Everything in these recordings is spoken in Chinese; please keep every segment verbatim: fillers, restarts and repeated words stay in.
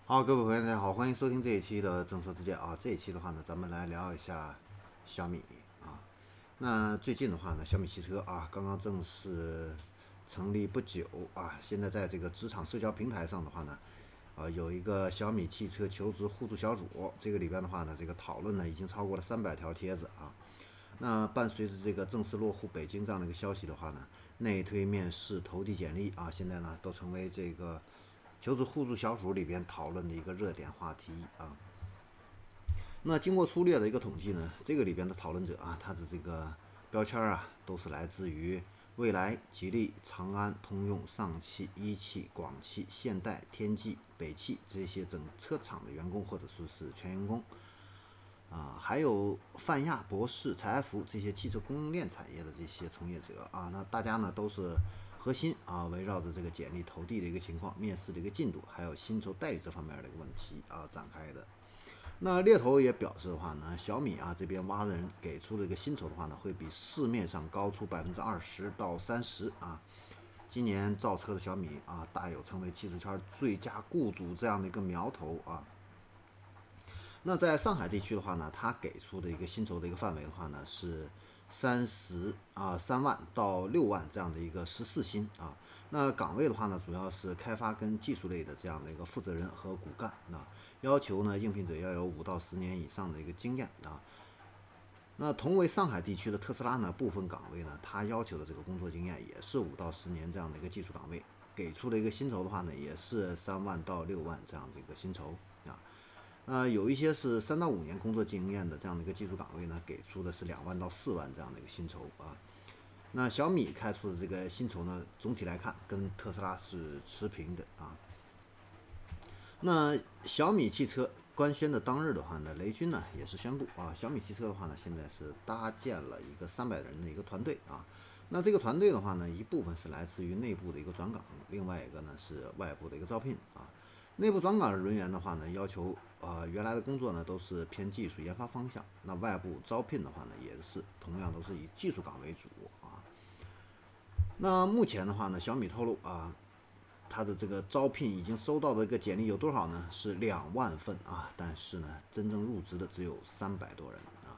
好，各位朋友，大家好，欢迎收听这一期的正说之见啊。这一期的话呢，咱们来聊一下小米啊。那最近的话呢，小米汽车啊刚刚正式成立不久啊，现在在这个职场社交平台上的话呢，啊有一个小米汽车求职互助小组，这个里边的话呢，这个讨论呢已经超过了三百条帖子啊。那伴随着这个正式落户北京这样的一个消息的话呢，内推面试、投递简历啊，现在呢都成为这个求职互助小组里边讨论的一个热点话题啊。那经过粗略的一个统计呢，这个里边的讨论者啊，他的这个标签啊，都是来自于蔚来、吉利、长安、通用、上汽、一汽、广汽、现代、天际、北汽这些整车厂的员工，或者说是全员工啊，还有泛亚、博世、采埃孚这些汽车供应链产业的这些从业者啊，那大家呢都是核心啊，围绕着这个简历投递的一个情况、面试的一个进度，还有薪酬待遇这方面的一个问题啊展开的。那猎头也表示的话呢，小米啊这边挖人给出的一个薪酬的话呢，会比市面上高出百分之二十到三十啊。今年造车的小米啊，大有成为汽车圈最佳雇主这样的一个苗头啊。那在上海地区的话呢，它给出的一个薪酬的一个范围的话呢是三十啊三万到六万这样的一个十四薪啊。那岗位的话呢，主要是开发跟技术类的这样的一个负责人和骨干啊。要求呢，应聘者要有五到十年以上的一个经验啊。那同为上海地区的特斯拉呢，部分岗位呢，它要求的这个工作经验也是五到十年这样的一个技术岗位，给出的一个薪酬的话呢，也是三万到六万这样的一个薪酬啊。呃，有一些是三到五年工作经验的这样的一个技术岗位呢，给出的是两万到四万这样的一个薪酬啊。那小米开出的这个薪酬呢，总体来看跟特斯拉是持平的啊。那小米汽车官宣的当日的话呢，雷军呢也是宣布啊，小米汽车的话呢，现在是搭建了一个三百人的一个团队啊。那这个团队的话呢，一部分是来自于内部的一个转岗，另外一个呢是外部的一个招聘啊。内部转岗人员的话呢，要求啊、呃、原来的工作呢都是偏技术研发方向，那外部招聘的话呢，也是同样都是以技术岗为主啊。那目前的话呢，小米透露啊，它的这个招聘已经收到的一个简历有多少呢？是两万份啊，但是呢，真正入职的只有三百多人啊。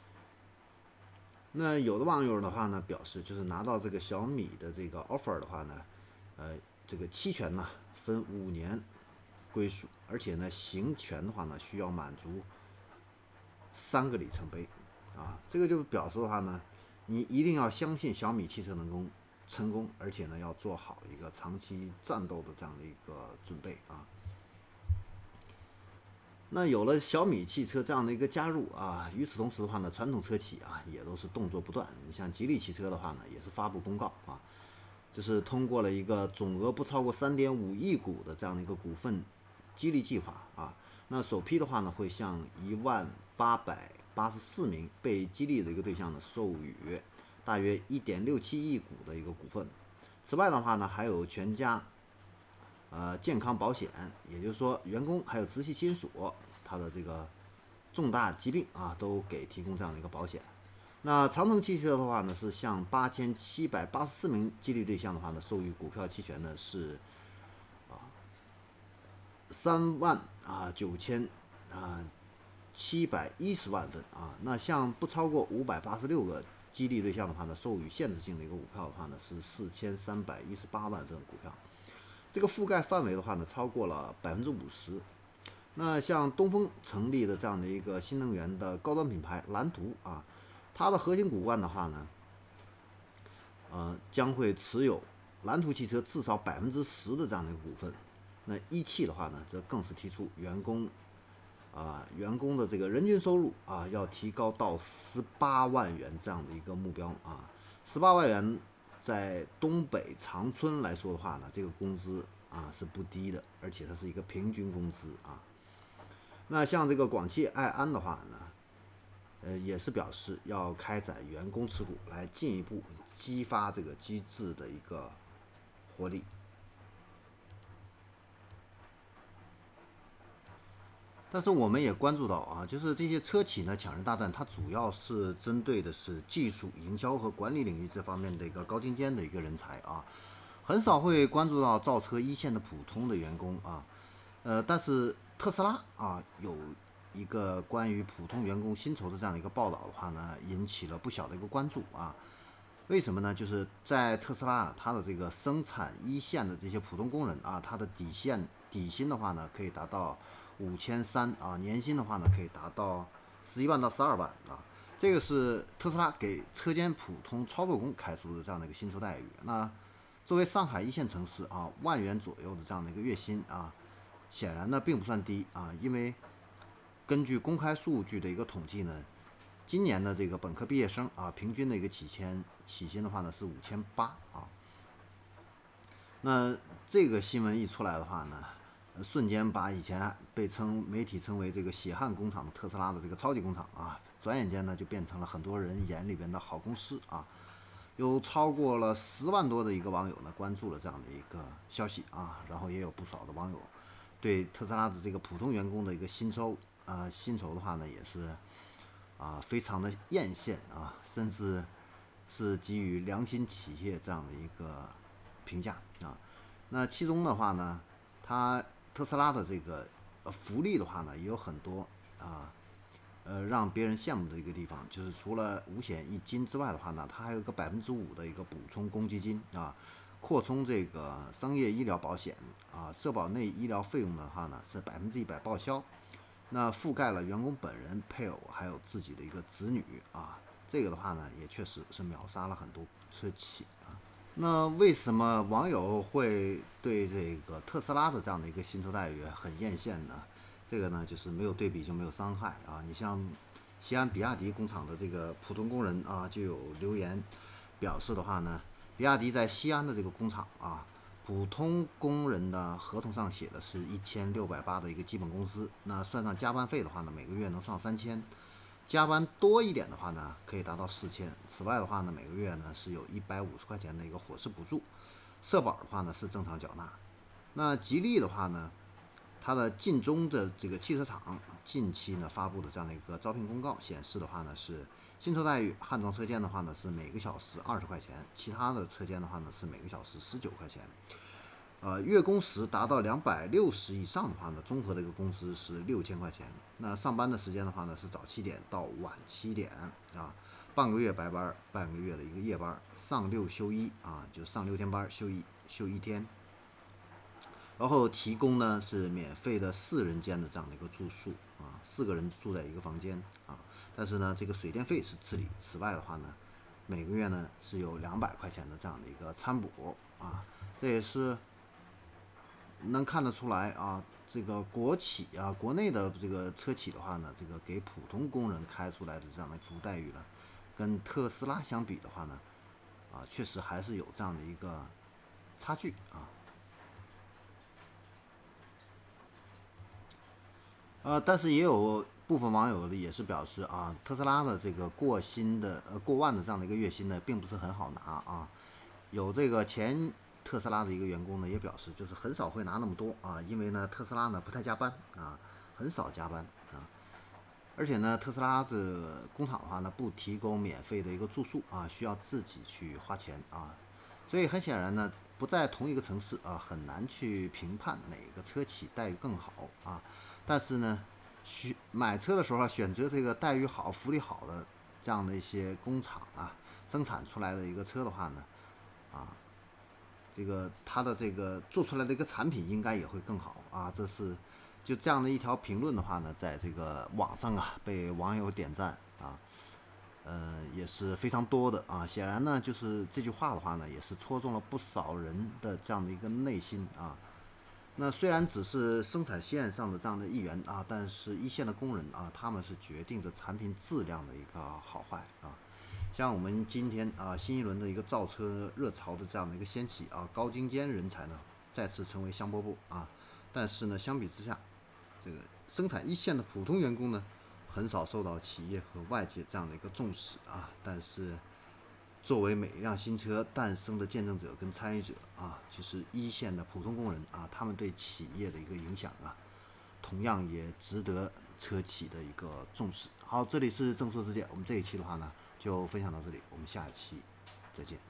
那有的网友的话呢，表示就是拿到这个小米的这个 offer 的话呢，呃，这个期权呢分五年归属，而且呢，行权的话呢需要满足三个里程碑啊。这个就表示的话呢，你一定要相信小米汽车能够成功，而且呢要做好一个长期战斗的这样的一个准备啊。那有了小米汽车这样的一个加入啊，与此同时的话呢，传统车企啊也都是动作不断。你像吉利汽车的话呢，也是发布公告啊，就是通过了一个总额不超过三点五亿股的这样的一个股份激励计划啊。那首批的话呢，会向一万八百八十四名被激励的一个对象呢，授予大约一点六七亿股的一个股份。此外的话呢，还有全家呃健康保险，也就是说员工还有直系亲属，他的这个重大疾病啊，都给提供这样的一个保险。那长城汽车的话呢，是向八千七百八十四名激励对象的话呢，授予股票期权呢是啊三万啊九千啊七百一十万份啊。那像不超过五百八十六个激励对象的话呢，授予限制性的一个股票的话呢，是四千三百一十八万份股票。这个覆盖范围的话呢，超过了百分之五十。那像东风成立的这样的一个新能源的高端品牌蓝图啊，它的核心骨干的话呢，呃，将会持有蓝图汽车至少百分之十的这样的一个股份。那一汽的话呢，则更是提出员工啊、呃，员工的这个人均收入啊，要提高到十八万元这样的一个目标啊。十八万元在东北长春来说的话呢，这个工资啊是不低的，而且它是一个平均工资啊。那像这个广汽埃安的话呢，呃，也是表示要开展员工持股，来进一步激发这个机制的一个活力。但是我们也关注到啊，就是这些车企呢抢人大战，它主要是针对的是技术、营销和管理领域这方面的一个高精尖的一个人才啊，很少会关注到造车一线的普通的员工啊。 呃，但是特斯拉啊有一个关于普通员工薪酬的这样的一个报道的话呢，引起了不小的一个关注啊。为什么呢？就是在特斯拉它的这个生产一线的这些普通工人啊，它的底线底薪的话呢，可以达到五千三啊，年薪的话呢，可以达到十一万到十二万啊。这个是特斯拉给车间普通操作工开出的这样的一个薪酬待遇。那作为上海一线城市啊，万元左右的这样的一个月薪啊，显然呢并不算低啊，因为根据公开数据的一个统计呢。今年的这个本科毕业生啊，平均的一个起薪起薪的话呢是五千八啊。那这个新闻一出来的话呢，瞬间把以前被称媒体称为这个血汗工厂的特斯拉的这个超级工厂啊，转眼间呢就变成了很多人眼里边的好公司啊。有超过了十万多的一个网友呢关注了这样的一个消息啊，然后也有不少的网友对特斯拉的这个普通员工的一个薪酬啊薪酬的话呢也是。啊，非常的艳羡啊，甚至是给予良心企业这样的一个评价啊。那其中的话呢，它特斯拉的这个福利的话呢，也有很多啊，呃，让别人羡慕的一个地方，就是除了五险一金之外的话呢，它还有个百分之五的一个补充公积金啊，扩充这个商业医疗保险啊，社保内医疗费用的话呢是百分之一百报销。那覆盖了员工本人、配偶还有自己的一个子女啊，这个的话呢，也确实是秒杀了很多车企啊。那为什么网友会对这个特斯拉的这样的一个薪酬待遇很艳羡呢？这个呢，就是没有对比就没有伤害啊。你像西安比亚迪工厂的这个普通工人啊，就有留言表示的话呢，比亚迪在西安的这个工厂啊。普通工人的合同上写的是一千六百八的一个基本工资，那算上加班费的话呢，每个月能上三千，加班多一点的话呢，可以达到四千。此外的话呢，每个月呢是有一百五十块钱的一个伙食补助，社保的话呢是正常缴纳。那吉利的话呢，它的晋中的这个汽车厂近期呢发布的这样的一个招聘公告显示的话呢是。薪酬待遇，汉装车间的话呢是每个小时二十块钱，其他的车间的话呢是每个小时十九块钱。呃，月工时达到两百六十以上的话呢，综合的一个工资是六千块钱。那上班的时间的话呢是早七点到晚七点啊，半个月白班，半个月的一个夜班，上六休一啊，就上六天班，休一休一天。然后提供呢是免费的四人间的这样的一个住宿啊，四个人住在一个房间啊。但是呢，这个水电费是自理。此外的话呢，每个月呢是有两百块钱的这样的一个餐补啊，这也是能看得出来啊。这个国企啊，国内的这个车企的话呢，这个给普通工人开出来的这样的服务待遇呢，跟特斯拉相比的话呢，啊，确实还是有这样的一个差距啊。呃，但是也有部分网友也是表示啊，特斯拉的这个过薪的呃过万的这样的一个月薪呢，并不是很好拿啊。有这个前特斯拉的一个员工呢，也表示就是很少会拿那么多啊，因为呢特斯拉呢不太加班啊，很少加班啊。而且呢，特斯拉这工厂的话呢，不提供免费的一个住宿啊，需要自己去花钱啊。所以很显然呢，不在同一个城市啊，很难去评判哪个车企待遇更好啊。但是呢，选买车的时候啊，选择这个待遇好、福利好的这样的一些工厂啊，生产出来的一个车的话呢，啊，这个它的这个做出来的一个产品应该也会更好啊。这是就这样的一条评论的话呢，在这个网上啊被网友点赞啊，呃也是非常多的啊。显然呢，就是这句话的话呢，也是戳中了不少人的这样的一个内心啊。那虽然只是生产线上的这样的一员啊，但是一线的工人啊，他们是决定着产品质量的一个好坏啊。像我们今天啊新一轮的一个造车热潮的这样的一个掀起啊，高精尖人才呢再次成为香饽饽啊。但是呢，相比之下，这个生产一线的普通员工呢，很少受到企业和外界这样的一个重视啊。但是作为每一辆新车诞生的见证者跟参与者啊，其实一线的普通工人啊，他们对企业的一个影响啊，同样也值得车企的一个重视。好，这里是正说之见，我们这一期的话呢，就分享到这里，我们下一期再见。